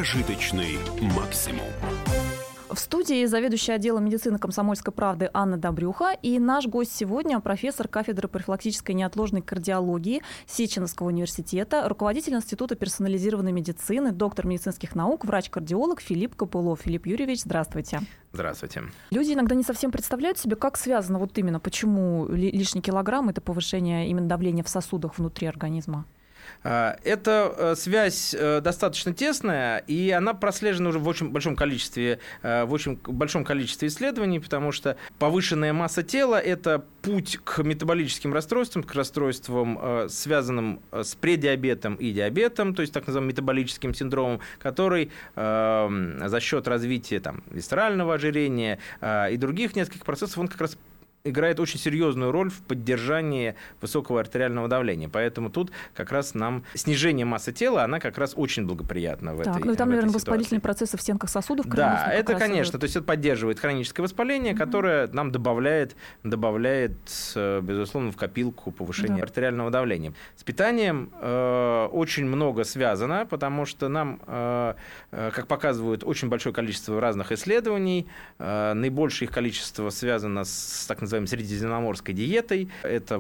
Прожиточный максимум. В студии заведующая отделом медицины «Комсомольской правды» Анна Добрюха и наш гость сегодня профессор кафедры профилактической неотложной кардиологии Сеченовского университета, руководитель Института персонализированной медицины, доктор медицинских наук, врач-кардиолог Филипп Копылов. Филипп Юрьевич, здравствуйте. Здравствуйте. Люди иногда не совсем представляют себе, как связано вот именно, почему лишний килограмм – это повышение именно давления в сосудах внутри организма. Эта связь достаточно тесная, и она прослежена уже в очень большом количестве исследований, потому что повышенная масса тела – это путь к метаболическим расстройствам, к расстройствам, связанным с предиабетом и диабетом, то есть так называемым метаболическим синдромом, который за счет развития висцерального ожирения и других нескольких процессов, он как раз играет очень серьезную роль в поддержании высокого артериального давления. Поэтому тут как раз нам снижение массы тела, она как раз очень благоприятна в этой ситуации. Там, наверное, воспалительные процессы в стенках сосудов. Да, это, конечно. То есть это поддерживает хроническое воспаление, которое нам добавляет, безусловно, в копилку повышения артериального давления. С питанием очень много связано, потому что нам, как показывают очень большое количество разных исследований, наибольшее их количество связано с так называемой средиземноморской диетой. Это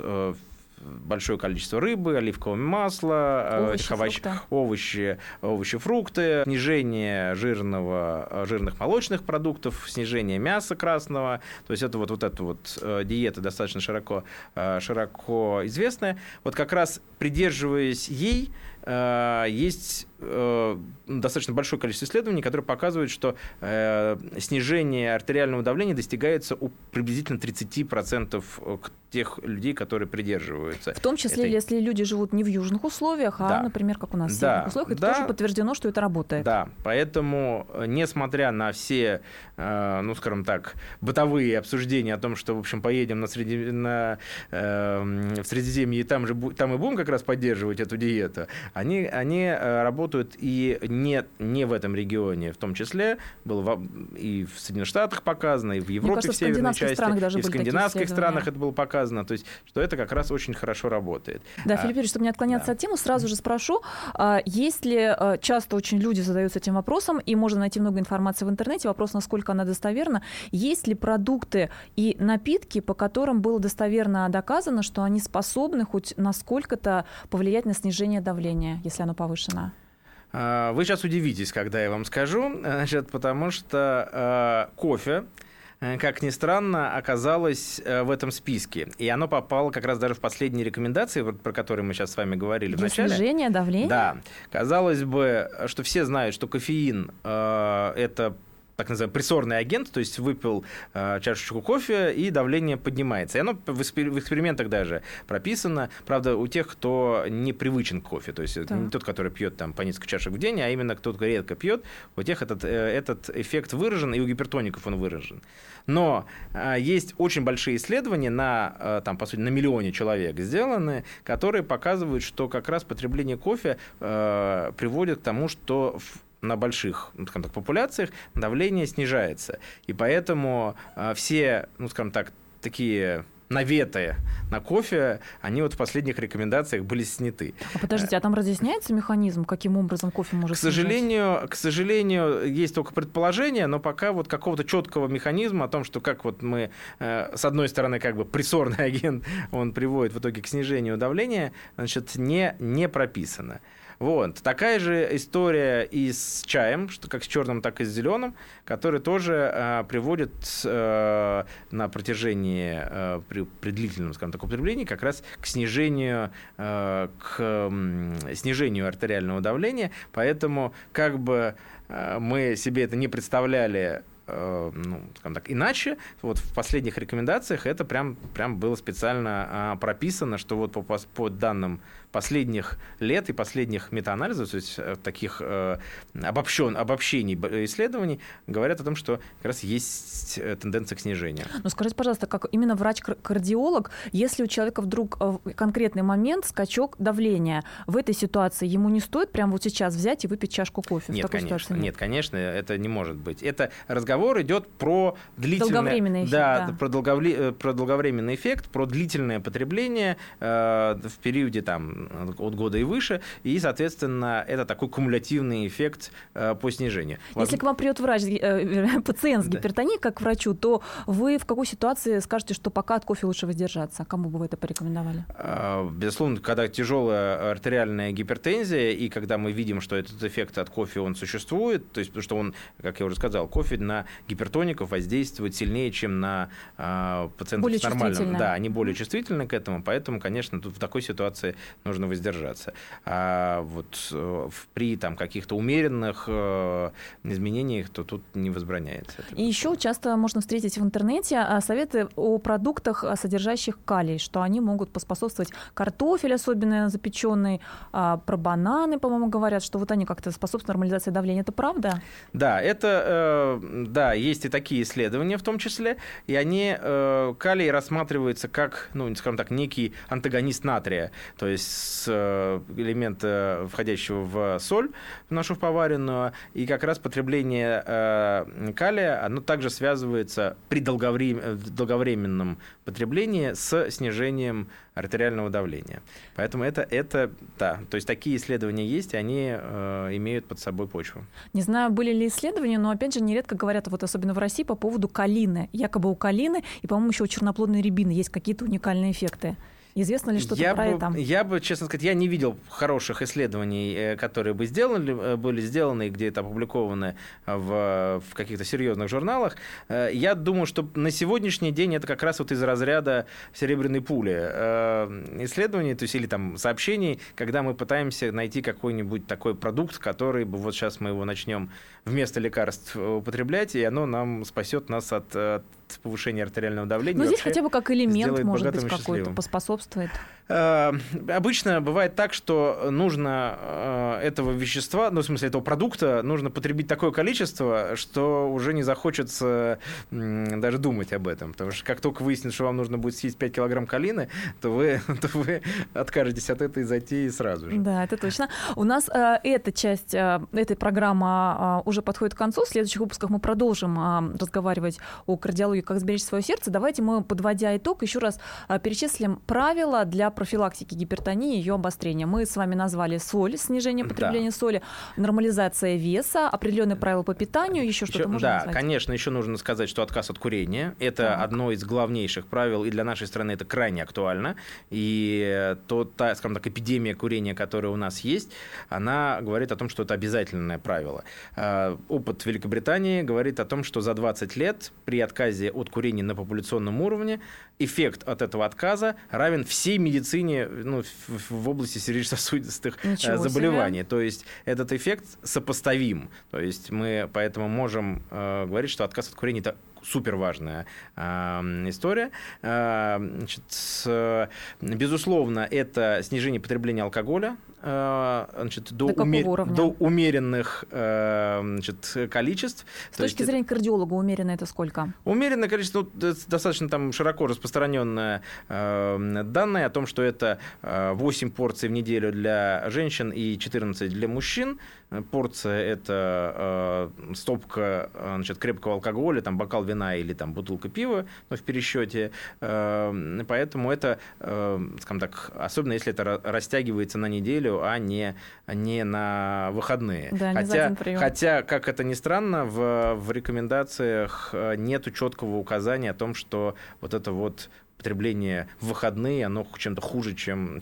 большое количество рыбы, оливкового масла, овощи, фрукты, снижение жирных молочных продуктов, снижение мяса красного. То есть это эта диета достаточно широко известная. Вот как раз придерживаясь ей, есть достаточно большое количество исследований, которые показывают, что снижение артериального давления достигается у приблизительно 30% тех людей, которые придерживаются. В том числе, если люди живут не в южных условиях, например, как у нас в северных условиях, это тоже подтверждено, что это работает. Да, поэтому, несмотря на все, бытовые обсуждения о том, что, в общем, поедем в Средиземье и там и будем как раз поддерживать эту диету, они работают и не в этом регионе, в том числе, было и в Соединенных Штатах показано, и в Европе, в северной части, и в скандинавских странах это было показано, то есть, что это как раз очень хорошо работает. Да, Филипп Юрьевич, чтобы не отклоняться от темы, сразу же спрошу, есть ли, часто очень люди задаются этим вопросом, и можно найти много информации в интернете, вопрос, насколько она достоверна, есть ли продукты и напитки, по которым было достоверно доказано, что они способны хоть насколько-то повлиять на снижение давления, если оно повышено? Вы сейчас удивитесь, когда я вам скажу, потому что кофе, как ни странно, оказалось в этом списке. И оно попало как раз даже в последние рекомендации, про которые мы сейчас с вами говорили в начале. Снижение давления? Да. Казалось бы, что все знают, что кофеин – это так называемый прессорный агент, то есть выпил чашечку кофе, и давление поднимается. И оно в экспериментах даже прописано. Правда, у тех, кто не привычен к кофе, то есть не тот, который пьет по несколько чашек в день, а именно кто редко пьет, у тех этот эффект выражен, и у гипертоников он выражен. Но есть очень большие исследования по сути, на миллионе человек сделаны, которые показывают, что как раз потребление кофе приводит к тому, что на больших, популяциях давление снижается. И поэтому все, такие наветы на кофе, они в последних рекомендациях были сняты. Подождите, а там разъясняется механизм, каким образом кофе может снижать? К сожалению, есть только предположение, но пока какого-то четкого механизма о том, что как мы, с одной стороны, прессорный агент, он приводит в итоге к снижению давления, не прописано. Такая же история и с чаем, как с черным, так и с зеленым, который тоже приводит на протяжении при длительном, употреблении как раз к снижению артериального давления. Поэтому мы себе это не представляли иначе, в последних рекомендациях это прям было специально прописано, что по данным последних лет и последних метаанализов, то есть таких обобщений исследований, говорят о том, что как раз есть тенденция к снижению. Но скажите, пожалуйста, как именно врач-кардиолог, если у человека вдруг в конкретный момент скачок давления, в этой ситуации ему не стоит прямо сейчас взять и выпить чашку кофе? Нет, конечно, это не может быть. Это разговор разговор идет про долговременный эффект, про долговременный эффект, про длительное потребление в периоде там, от года и выше, и, соответственно, это такой кумулятивный эффект по снижению. Если к вам придет пациент с гипертонией, как к врачу, то вы в какой ситуации скажете, что пока от кофе лучше воздержаться? Кому бы вы это порекомендовали? Безусловно, когда тяжелая артериальная гипертензия, и когда мы видим, что этот эффект от кофе, он существует, то есть, потому что он, как я уже сказал, кофе на гипертоников воздействует сильнее, чем на пациентов с нормальным. Да, они более чувствительны к этому, поэтому, конечно, тут в такой ситуации нужно воздержаться. А вот при там, каких-то умеренных изменениях, то тут не возбраняется. И еще часто можно встретить в интернете советы о продуктах, содержащих калий, что они могут поспособствовать картофель, особенно запеченный, про бананы, по-моему, говорят, что вот они как-то способствуют нормализации давления. Это правда? Да, да, есть и такие исследования в том числе, и они, калий рассматривается как, ну, скажем так, некий антагонист натрия, то есть с элемента, входящего в соль, в нашу поваренную, и как раз потребление калия, оно также связывается при долговременном потреблении с снижением артериального давления. Поэтому это да, то есть такие исследования есть, и они имеют под собой почву. Не знаю, были ли исследования, но, опять же, нередко говорят, вот особенно в России, по поводу калины. Якобы у калины и, по-моему, еще у черноплодной рябины есть какие-то уникальные эффекты. Известно ли что-то про это? Я бы, честно сказать, я не видел хороших исследований, которые бы были сделаны, где это опубликовано в каких-то серьезных журналах. Я думаю, что на сегодняшний день это как раз вот из разряда серебряной пули исследований, то есть или там сообщений, когда мы пытаемся найти какой-нибудь такой продукт, который бы вот сейчас мы его начнем вместо лекарств употреблять, и оно нам спасет нас от повышения артериального давления. Но здесь хотя бы как элемент, может быть, какой-то поспособствует. Обычно бывает так, что нужно этого вещества, ну, в смысле, этого продукта, нужно потребить такое количество, что уже не захочется даже думать об этом. Потому что как только выяснится, что вам нужно будет съесть 5 килограмм калины, то вы откажетесь от этой затеи сразу же. Да, это точно. У нас эта часть этой программы уже подходит к концу. В следующих выпусках мы продолжим разговаривать о кардиологии, как сберечь свое сердце. Давайте мы, подводя итог, еще раз перечислим правила для профилактики гипертонии и ее обострения. Мы с вами назвали соль, снижение потребления соли, нормализация веса, определенные правила по питанию, еще что-то можно назвать? Да, конечно, еще нужно сказать, что отказ от курения – это одно из главнейших правил, и для нашей страны это крайне актуально. И та, скажем так, эпидемия курения, которая у нас есть, она говорит о том, что это обязательное правило. Опыт Великобритании говорит о том, что за 20 лет при отказе от курения на популяционном уровне эффект от этого отказа равен всей медицине, ну, в области сердечно-сосудистых заболеваний. То есть этот эффект сопоставим. То есть мы поэтому можем говорить, что отказ от курения – это суперважная история. Значит, безусловно, это снижение потребления алкоголя, значит, до умеренных, значит, количеств. С точки зрения кардиолога, умеренно это сколько? Умеренное количество, достаточно там широко распространенное данные о том, что это 8 порций в неделю для женщин и 14 для мужчин. Порция – это стопка, значит, крепкого алкоголя, там, бокал вина или там, бутылка пива, но в пересчете. Поэтому это, скажем так, особенно если это растягивается на неделю, а не на выходные. Да, хотя, как это ни странно, в рекомендациях нет четкого указания о том, что вот это вот потребление в выходные, оно чем-то хуже, чем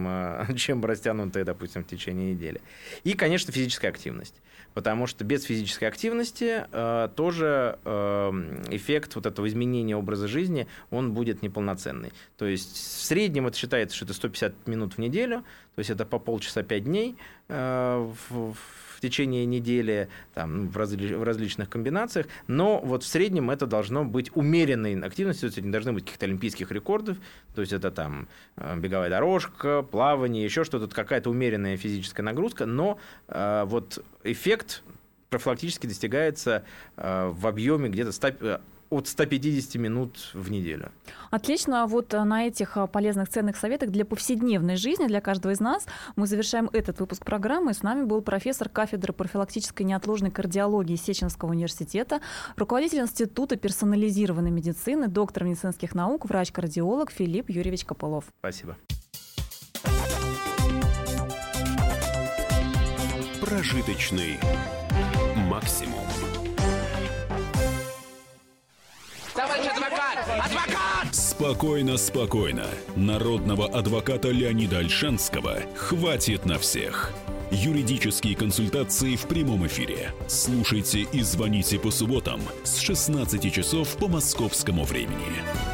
растянутое, допустим, в течение недели. И, конечно, физическая активность. Потому что без физической активности тоже эффект вот этого изменения образа жизни, он будет неполноценный. То есть в среднем это считается, что это 150 минут в неделю, то есть это по полчаса 5 дней в течение недели там, в различных комбинациях, но вот в среднем это должно быть умеренной активностью, то есть не должны быть каких-то олимпийских рекордов, то есть это там беговая дорожка, плавание, еще что-то, какая-то умеренная физическая нагрузка, но вот эффект профилактически достигается в объеме где-то от 150 минут в неделю. Отлично. Вот на этих полезных, ценных советах для повседневной жизни, для каждого из нас мы завершаем этот выпуск программы. С нами был профессор кафедры профилактической неотложной кардиологии Сеченского университета, руководитель Института персонализированной медицины, доктор медицинских наук, врач-кардиолог Филипп Юрьевич Копылов. Спасибо. Прожиточный максимум. Товарищ адвокат! Адвокат! Спокойно, спокойно. Народного адвоката Леонида Ольшанского хватит на всех. Юридические консультации в прямом эфире. Слушайте и звоните по субботам с 16 часов по московскому времени.